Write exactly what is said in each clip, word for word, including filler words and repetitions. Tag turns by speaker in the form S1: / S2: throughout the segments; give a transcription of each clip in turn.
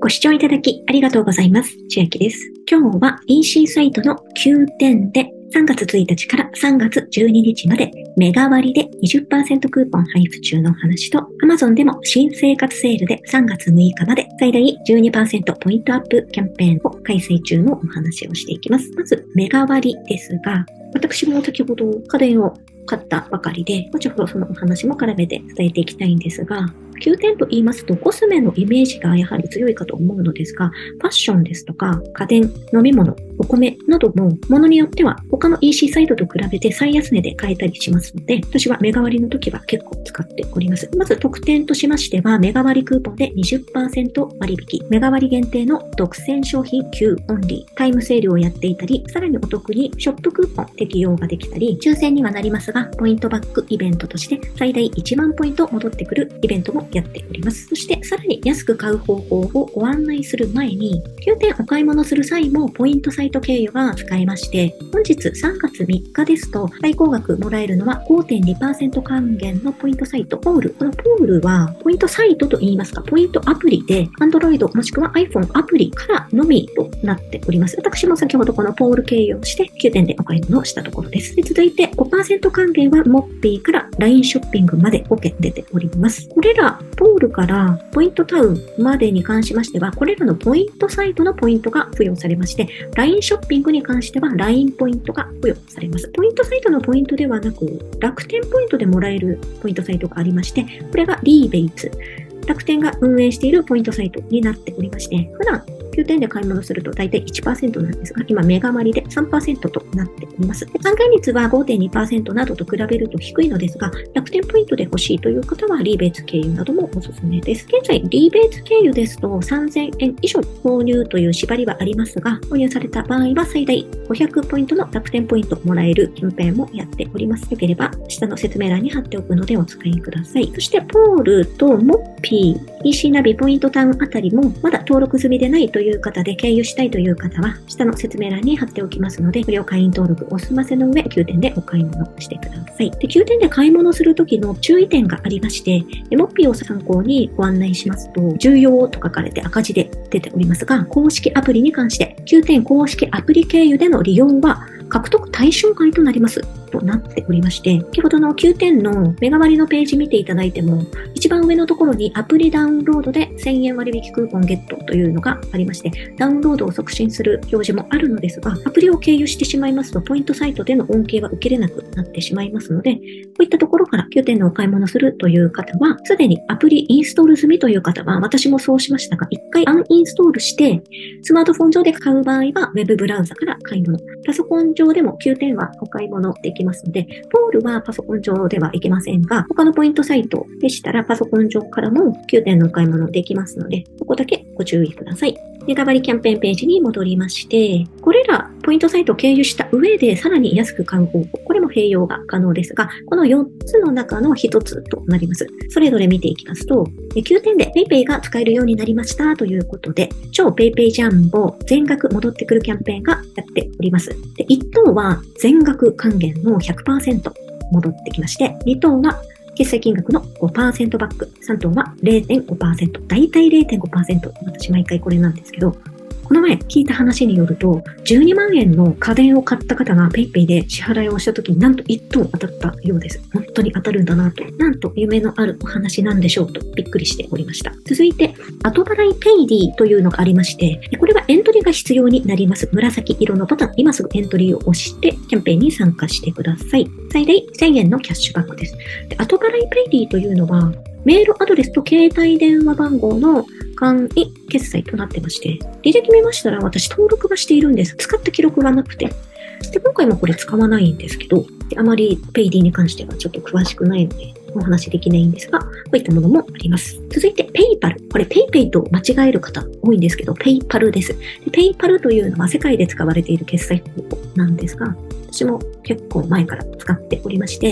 S1: ご視聴いただきありがとうございます。千秋です。今日は イーシー サイトのきゅうてんでさんがつついたちからさんがつじゅうににちまでメガ割で にじゅっパーセント クーポン配布中のお話と Amazon でも新生活セールでさんがつむいかまで最大 じゅうにパーセント ポイントアップキャンペーンを開催中のお話をしていきます。まずメガ割ですが、私も先ほど家電を買ったばかりで、後ほどそのお話も絡めて伝えていきたいんですが、きゅうてんと言いますとコスメのイメージがやはり強いかと思うのですが、ファッションですとか家電、飲み物、お米などもものによっては他の イーシー サイトと比べて最安値で買えたりしますので、私はメガ割の時は結構使っております。まず特典としましては、メガ割クーポンで にじゅっパーセント 割引、メガ割限定の独占商品 Q オンリー、タイムセールをやっていたり、さらにお得にショップクーポン適用ができたり、抽選にはなりますが、ポイントバックイベントとして最大いちまんポイント戻ってくるイベントもやっております。そしてさらに安く買う方法をご案内する前に、きゅうてんお買い物する際もポイントサイト経由が使えまして、本日さんがつみっかですと最高額もらえるのは ごてんにパーセント 還元のポイントサイトポール。このポールはポイントサイトと言いますか、ポイントアプリで Android もしくは iPhone アプリからのみとなっております。私も先ほどこのポール経由をしてきゅうてんでお買い物をしたところです。で、続いて ごパーセント 還元はモッピーから ライン ショッピングまでごけん出ております。これらポールからポイントタウンまでに関しましては、これらのポイントサイトのポイントが付与されまして、ライン ショッピングに関しては ライン ポイントが付与されます。ポイントサイトのポイントではなく、楽天ポイントでもらえるポイントサイトがありまして、これがリーベイツ。楽天が運営しているポイントサイトになっておりまして、普段きゅうてんで買い物すると大体 いちパーセント なんですが、今メガ割で さんパーセント となっております。還元率は ごてんにパーセント などと比べると低いのですが、楽天ポイントで欲しいという方はリーベイツ経由などもおすすめです。現在、リーベイツ経由ですとさんぜんえん以上購入という縛りはありますが、購入された場合は最大ごひゃくポイントの楽天ポイントもらえるキャンペーンもやっております。よければ下の説明欄に貼っておくのでお使いください。そしてポールとモッピー、イーシー ナビポイントタウンあたりもまだ登録済みでないという方で経由したいという方は下の説明欄に貼っておきますので、無料会員登録お済ませの上きゅうてんでお買い物してください。で、きゅうてんで買い物するときの注意点がありまして、モッピーを参考にご案内しますと、重要と書かれて赤字で出ておりますが、公式アプリに関してきゅうてん公式アプリ経由での利用は獲得対象外となりますとなっておりまして、先ほどのきゅうてんのメガ割のページ見ていただいても、一番上のところにアプリダウンロードでせんえん割引クーポンゲットというのがありまして、ダウンロードを促進する表示もあるのですが、アプリを経由してしまいますと、ポイントサイトでの恩恵は受けれなくなってしまいますので、こういったところからきゅうてんのお買い物するという方は、すでにアプリインストール済みという方は、私もそうしましたが、一回アンインストールして、スマートフォン上で買う場合は、ウェブブラウザから買い物。パソコン上でもきゅうてんはお買い物できますので、ポールはパソコン上ではいけませんが、他のポイントサイトでしたらパソコン上からもきゅうてんのお買い物できますので、ここだけご注意ください。メガ割キャンペーンページに戻りまして、これらポイントサイトを経由した上でさらに安く買う方法、これも併用が可能ですが、このよっつの中のひとつとなります。それぞれ見ていきますと、きゅうてんで PayPay が使えるようになりましたということで、超 PayPay ジャンボ全額戻ってくるキャンペーンがやっております。で、いっ等は全額還元の ひゃくパーセント 戻ってきまして、に等は決済金額の ごパーセント バック、さん等は れいてんごパーセント、だいたい れいてんごパーセント、私毎回これなんですけど、この前聞いた話によると、じゅうにまんえんの家電を買った方が PayPay で支払いをしたときになんといっ等当たったようです。本当に当たるんだなと、なんと夢のあるお話なんでしょうとびっくりしておりました。続いて、後払いペイディというのがありまして、これはエントリーが必要になります。紫色のボタン、今すぐエントリーを押してキャンペーンに参加してください。最大せんえんのキャッシュバックです。で、後払いペイディというのは、メールアドレスと携帯電話番号の簡易決済となってまして、履歴見ましたら私登録はしているんです。使った記録がなくて。で、今回もこれ使わないんですけど、あまりペイディに関してはちょっと詳しくないので、お話できないんですが、こういったものもあります。続いて、ペイパル。これ、ペイペイと間違える方多いんですけど、ペイパルです。でペイパルというのは世界で使われている決済方法なんですが、私も結構前から使っておりまして、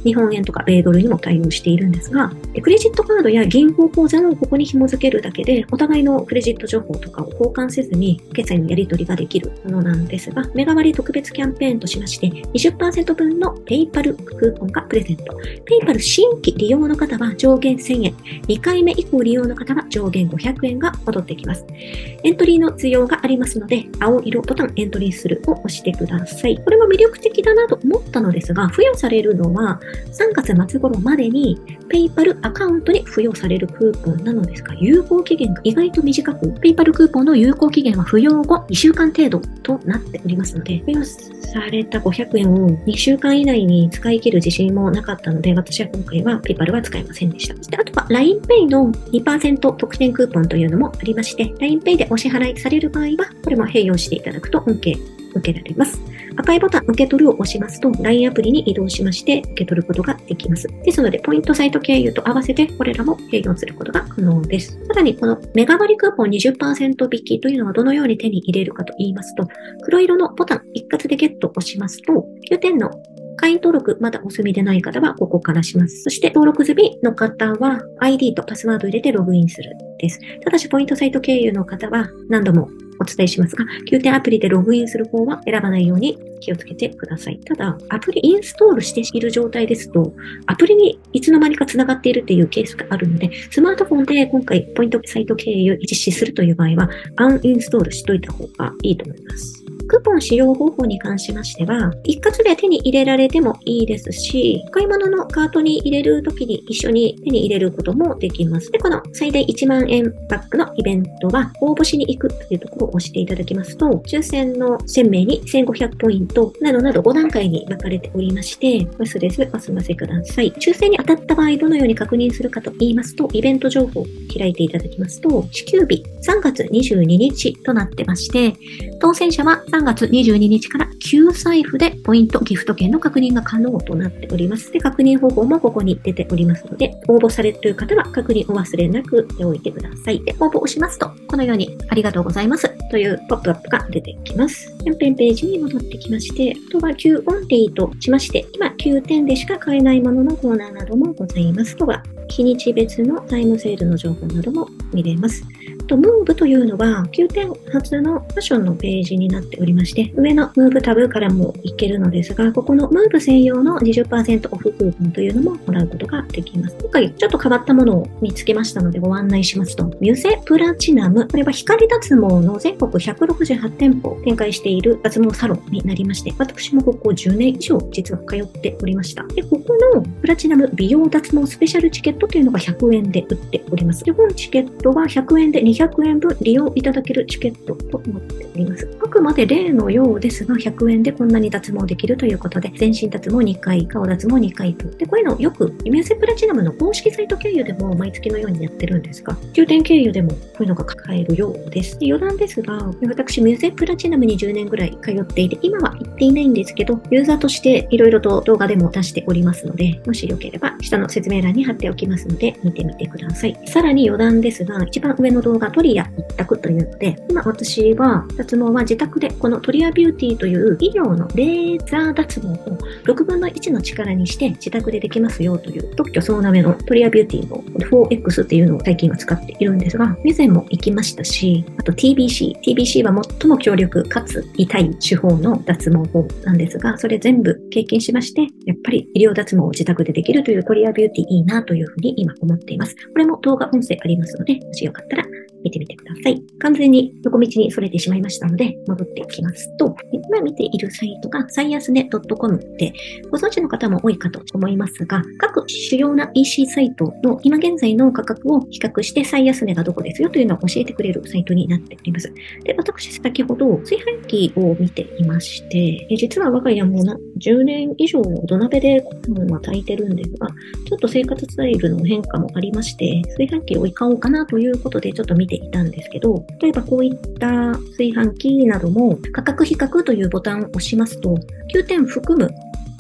S1: 日本円とか米ドルにも対応しているんですが、クレジットカードや銀行口座をここに紐付けるだけで、お互いのクレジット情報とかを交換せずに決済のやり取りができるものなんですが、メガ割特別キャンペーンとしまして、にじゅっパーセント 分のペイパルクーポンがプレゼント。ペイパル新規利用の方は上限せんえん、にかいめ以降利用の方は上限ごひゃくえんが戻ってきます。エントリーの需要がありますので、青色ボタンエントリーするを押してください。これも魅力的だなと思ったのですが、付与されるのはさんがつ末頃までにペイパルアカウントに付与されるクーポンなのですが、有効期限が意外と短く、ペイパルクーポンの有効期限は付与後にしゅうかん程度となっておりますので、付与されたごひゃくえんをにしゅうかん以内に使い切る自信もなかったので、私は今回はペイパルは使いませんでした。そしてあとは ラインペイ の にパーセント 特典クーポンというのもありまして、ラインペイ でお支払いされる場合は、これも併用していただくと恩恵受けられます。赤いボタン受け取るを押しますと ライン アプリに移動しまして受け取ることができます。ですのでポイントサイト経由と合わせてこれらも併用することが可能です。さらにこのメガ割クーポン にじゅっパーセント 引きというのはどのように手に入れるかと言いますと、黒色のボタン一括でゲットを押しますときゅうてんの会員登録まだお済みでない方はここからします。そして登録済みの方は アイディー とパスワードを入れてログインするです。ただしポイントサイト経由の方は何度もお伝えしますが、きゅうてんアプリでログインする方は選ばないように気をつけてください。ただ、アプリインストールしている状態ですと、アプリにいつの間にか繋がっているというケースがあるので、スマートフォンで今回ポイントサイト経由実施するという場合は、アンインストールしといた方がいいと思います。クーポン使用方法に関しましては、一括で手に入れられてもいいですし、買い物のカートに入れるときに一緒に手に入れることもできます。で、この最大いちまんえんバックのイベントは、応募しに行くというところを押していただきますと、抽選のせんめいにせんごひゃくポイントなどなどごだんかいに分かれておりまして、忘れずお済ませください。抽選に当たった場合、どのように確認するかと言いますと、イベント情報を開いていただきますと、支給日さんがつにじゅうににちとなってまして、当選者はさんがつにじゅうににちから旧財布でポイントギフト券の確認が可能となっております。で、確認方法もここに出ておりますので、応募されている方は確認お忘れなくしておいてください。で、応募をしますと、このようにありがとうございますというポップアップが出てきます。キャンペーンページに戻ってきまして、あとは Q オンリーとしまして、今きゅうてんでしか買えないもののコーナーなどもございます。あとは日にち別のタイムセールの情報なども見れます。と、ムーブというのはきゅうてん発のファッションのページになっておりまして、上のムーブタブからもいけるのですが、ここのムーブ専用の にじゅっパーセント オフクーポンというのももらうことができます。今回ちょっと変わったものを見つけましたのでご案内しますと、ミュゼプラチナム、これは光脱毛の全国ひゃくろくじゅうはちてんぽを展開している脱毛サロンになりまして、私もここじゅうねん以上実は通っておりました。で、ここのプラチナム美容脱毛スペシャルチケットというのがひゃくえんで売っております。で、本チケットはひゃくえんでにひゃくえんぶん利用いただけるチケットとなっております。あくまで例のようですが、ひゃくえんでこんなに脱毛できるということで、全身脱毛にかい、顔脱毛にかいと。で、こういうのよくミューゼプラチナムの公式サイト経由でも毎月のようにやってるんですが、きゅうてん経由でもこういうのが買えるようです。で、余談ですが、私ミューゼプラチナムにじゅうねんぐらい通っていて、今は行っていないんですけど、ユーザーとしていろいろと動画でも出しておりますので、もしよければ下の説明欄に貼っておきますので、見てみてください。さらに余談ですが、一番上の動画、トリア一択というので、今私は脱毛は自宅でこのトリアビューティーという医療のレーザー脱毛をろくぶんのいちの力にして自宅でできますよという特許総なめのトリアビューティーの フォーエックス っていうのを最近は使っているんですが、以前も行きましたし、あと ティービーシー。ティービーシー は最も強力かつ痛い手法の脱毛法なんですが、それ全部経験しまして、やっぱり医療脱毛を自宅でできるというトリアビューティーいいなというふうに今思っています。これも動画音声ありますので、もしよかったら見てみてください。完全に横道にそれてしまいましたので、戻っていきますと、今見ているサイトが最安値 .com で、ご存知の方も多いかと思いますが、各主要な イーシー サイトの今現在の価格を比較して最安値がどこですよというのを教えてくれるサイトになっております。で、私先ほど炊飯器を見ていまして、実は我が家もなじゅうねん以上土鍋でご飯は炊いてるんですが、ちょっと生活スタイルの変化もありまして、炊飯器を買おうかなということでちょっと見ていたんですけど、例えばこういった炊飯器なども価格比較というボタンを押しますと、きゅうてん含む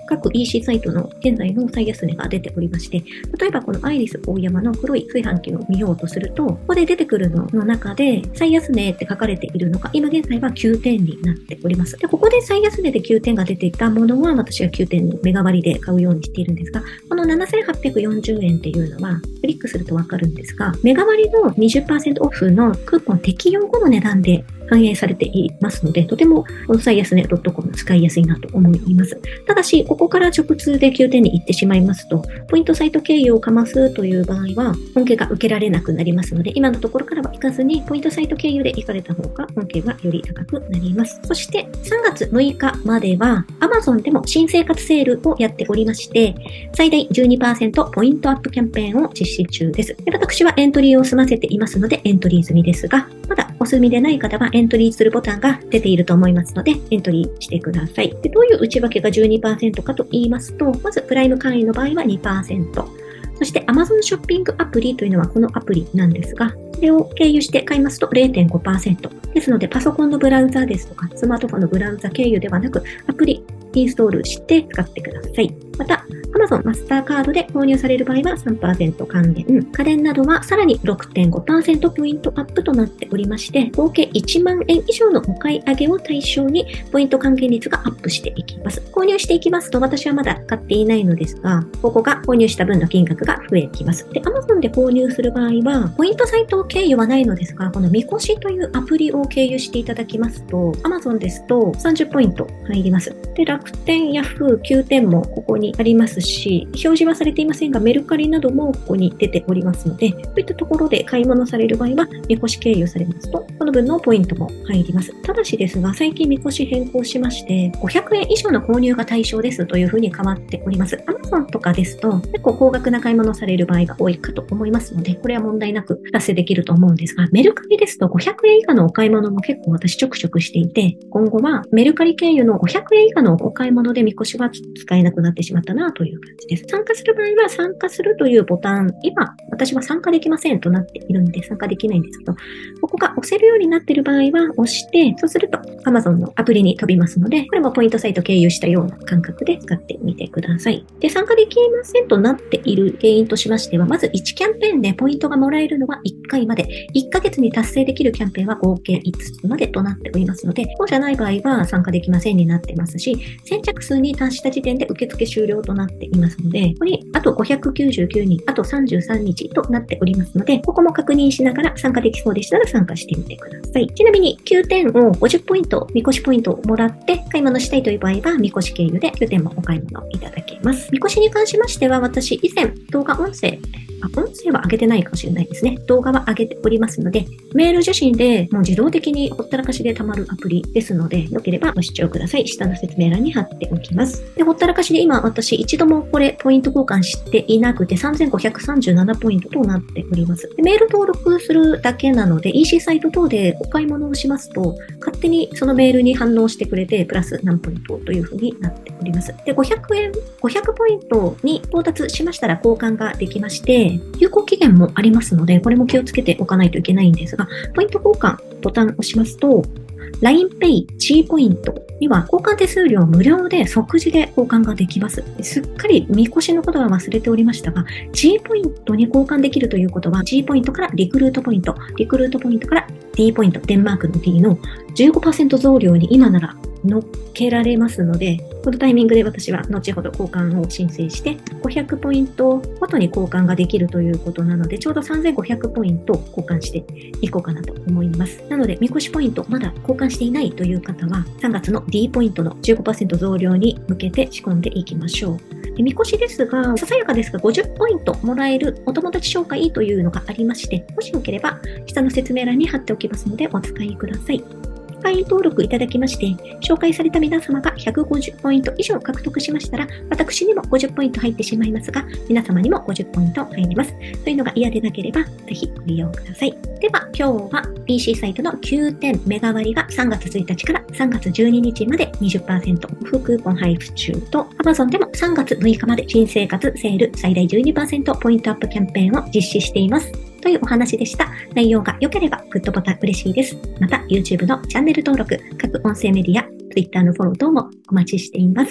S1: 各 イーシー サイトの現在の最安値が出ておりまして、例えばこのアイリス大山の黒い炊飯器を見ようとすると、ここで出てくるのの中で最安値って書かれているのが、今現在はきゅうてんになっております。で、ここで最安値できゅうてんが出ていたものは、私はきゅうてんのメガ割りで買うようにしているんですが、このななせんはっぴゃくよんじゅうえんっていうのは、クリックするとわかるんですが、メガ割りの にじゅっパーセント オフのクーポン適用後の値段で反映されていますので、とてもこの最安値 .com 使いやすいなと思います。ただし、ここから直通できゅうてんに行ってしまいますと、ポイントサイト経由をかますという場合は、恩恵が受けられなくなりますので、今のところからは行かずに、ポイントサイト経由で行かれた方が恩恵はより高くなります。そして、さんがつむいかまでは、Amazon でも新生活セールをやっておりまして、最大 じゅうにパーセント ポイントアップキャンペーンを実施中です。で、私はエントリーを済ませていますので、エントリー済みですが、まだお済みでない方はエントリーするボタンが出ていると思いますので、エントリーしてください。で、どういう内訳が じゅうにパーセント かと言いますと、まずプライム会員の場合は にパーセント。そして Amazon ショッピングアプリというのはこのアプリなんですが、これを経由して買いますと れいてんごパーセント。ですので、パソコンのブラウザですとか、スマートフォンのブラウザ経由ではなく、アプリインストールして使ってください。また、Amazon マスターカードで購入される場合は さんパーセント 還元。家電などはさらに ろくてんごパーセント ポイントアップとなっておりまして、合計いちまんえん以上のお買い上げを対象にポイント還元率がアップしていきます。購入していきますと、私はまだ買っていないのですが、ここが購入した分の金額が増えてきます。で、Amazon で購入する場合は、ポイントサイト経由はないのですが、このみこしというアプリを経由していただきますと、Amazon ですとさんじゅうポイント入ります。で、楽天、ヤフー、きゅうてんもここにありますし、表示はされていませんが、メルカリなどもここに出ておりますので、こういったところで買い物される場合は、みこし経由されますと、この分のポイントも入ります。ただしですが、最近みこし変更しまして、ごひゃくえん以上の購入が対象ですというふうに変わっております。Amazon とかですと、結構高額な買い物される場合が多いかと思いますので、これは問題なく達成できると思うんですが、メルカリですとごひゃくえん以下のお買い物も結構私ちょくちょくしていて、今後はメルカリ経由のごひゃくえん以下のお買い物でみこしは使えなくなってしまったなという感じです。参加する場合は参加するというボタン、今私は参加できませんとなっているんで参加できないんですけど、ここが押せるようになっている場合は押して、そうすると Amazon のアプリに飛びますので、これもポイントサイト経由したような感覚で使ってみてください。で、参加できませんとなっている原因としましては、まずいちキャンペーンでポイントがもらえるのはいっかいまで、いっかげつに達成できるキャンペーンは合計いつつまでとなっておりますので、そうじゃない場合は参加できませんになってますし、先着数に達した時点で受付終了となっていますので、ここにあとごひゃくきゅうじゅうきゅうにん、あとさんじゅうさんにちとなっておりますので、ここも確認しながら参加できそうでしたら参加してみてください。ちなみにきゅうてんをごじゅっポイント、みこしポイントをもらって買い物したいという場合は、みこし経由できゅうてんもお買い物いただけます。みこしに関しましては、私以前動画音声、あ、音声は上げてないかもしれないですね。動画は上げておりますので、メール受信でもう自動的にほったらかしで溜まるアプリですので、よければご視聴ください。下の説明欄に貼っておきます。で、ほったらかしで今私一度もこれポイント交換していなくてさんぜんごひゃくさんじゅうななポイントとなっております。で、メール登録するだけなので イーシー サイト等でお買い物をしますと、勝手にそのメールに反応してくれてプラス何ポイントというふうになっております。で、ごひゃくえん、ごひゃくポイントに到達しましたら交換ができまして、有効期限もありますので、これも気をつけておかないといけないんですが、ポイント交換ボタンを押しますと、ラインペイ G ポイントには交換手数料無料で即時で交換ができます。すっかりみこしのことは忘れておりましたが、G ポイントに交換できるということは、G ポイントからリクルートポイント、リクルートポイントから D ポイント、デンマークの D の じゅうごパーセント 増量に今なら乗っけられますので、このタイミングで私は後ほど交換を申請して、ごひゃくポイントごとに交換ができるということなので、ちょうどさんぜんごひゃくポイント交換していこうかなと思います。なので、みこしポイントまだ交換していないという方は、さんがつの D ポイントの じゅうごパーセント 増量に向けて仕込んでいきましょう。で、みこしですが、ささやかですがごじゅっポイントもらえるお友達紹介というのがありまして、もしよければ下の説明欄に貼っておきますのでお使いください。会員登録いただきまして、紹介された皆様がひゃくごじゅうポイント以上獲得しましたら、私にもごじゅっポイント入ってしまいますが、皆様にもごじゅっポイント入ります。そういうのが嫌でなければ、ぜひご利用ください。では、今日は ピーシー サイトのきゅうてんメガ割がさんがつついたちからさんがつじゅうににちまで にじゅっパーセント オフクーポン配布中と、Amazon でもさんがつむいかまで新生活セール最大 じゅうにパーセント ポイントアップキャンペーンを実施しています。というお話でした。内容が良ければグッドボタン嬉しいです。また YouTube のチャンネル登録、各音声メディア、Twitter のフォロー等もお待ちしています。今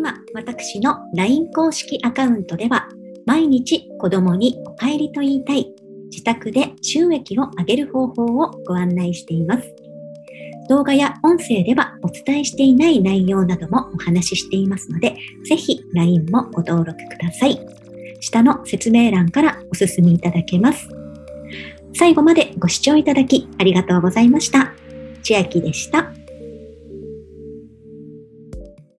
S1: は私の ライン 公式アカウントでは毎日子供にお帰りと言いたい、自宅で収益を上げる方法をご案内しています。動画や音声ではお伝えしていない内容などもお話ししていますので、ぜひ ライン もご登録ください。下の説明欄からお進みいただけます。最後までご視聴いただきありがとうございました。千秋でした。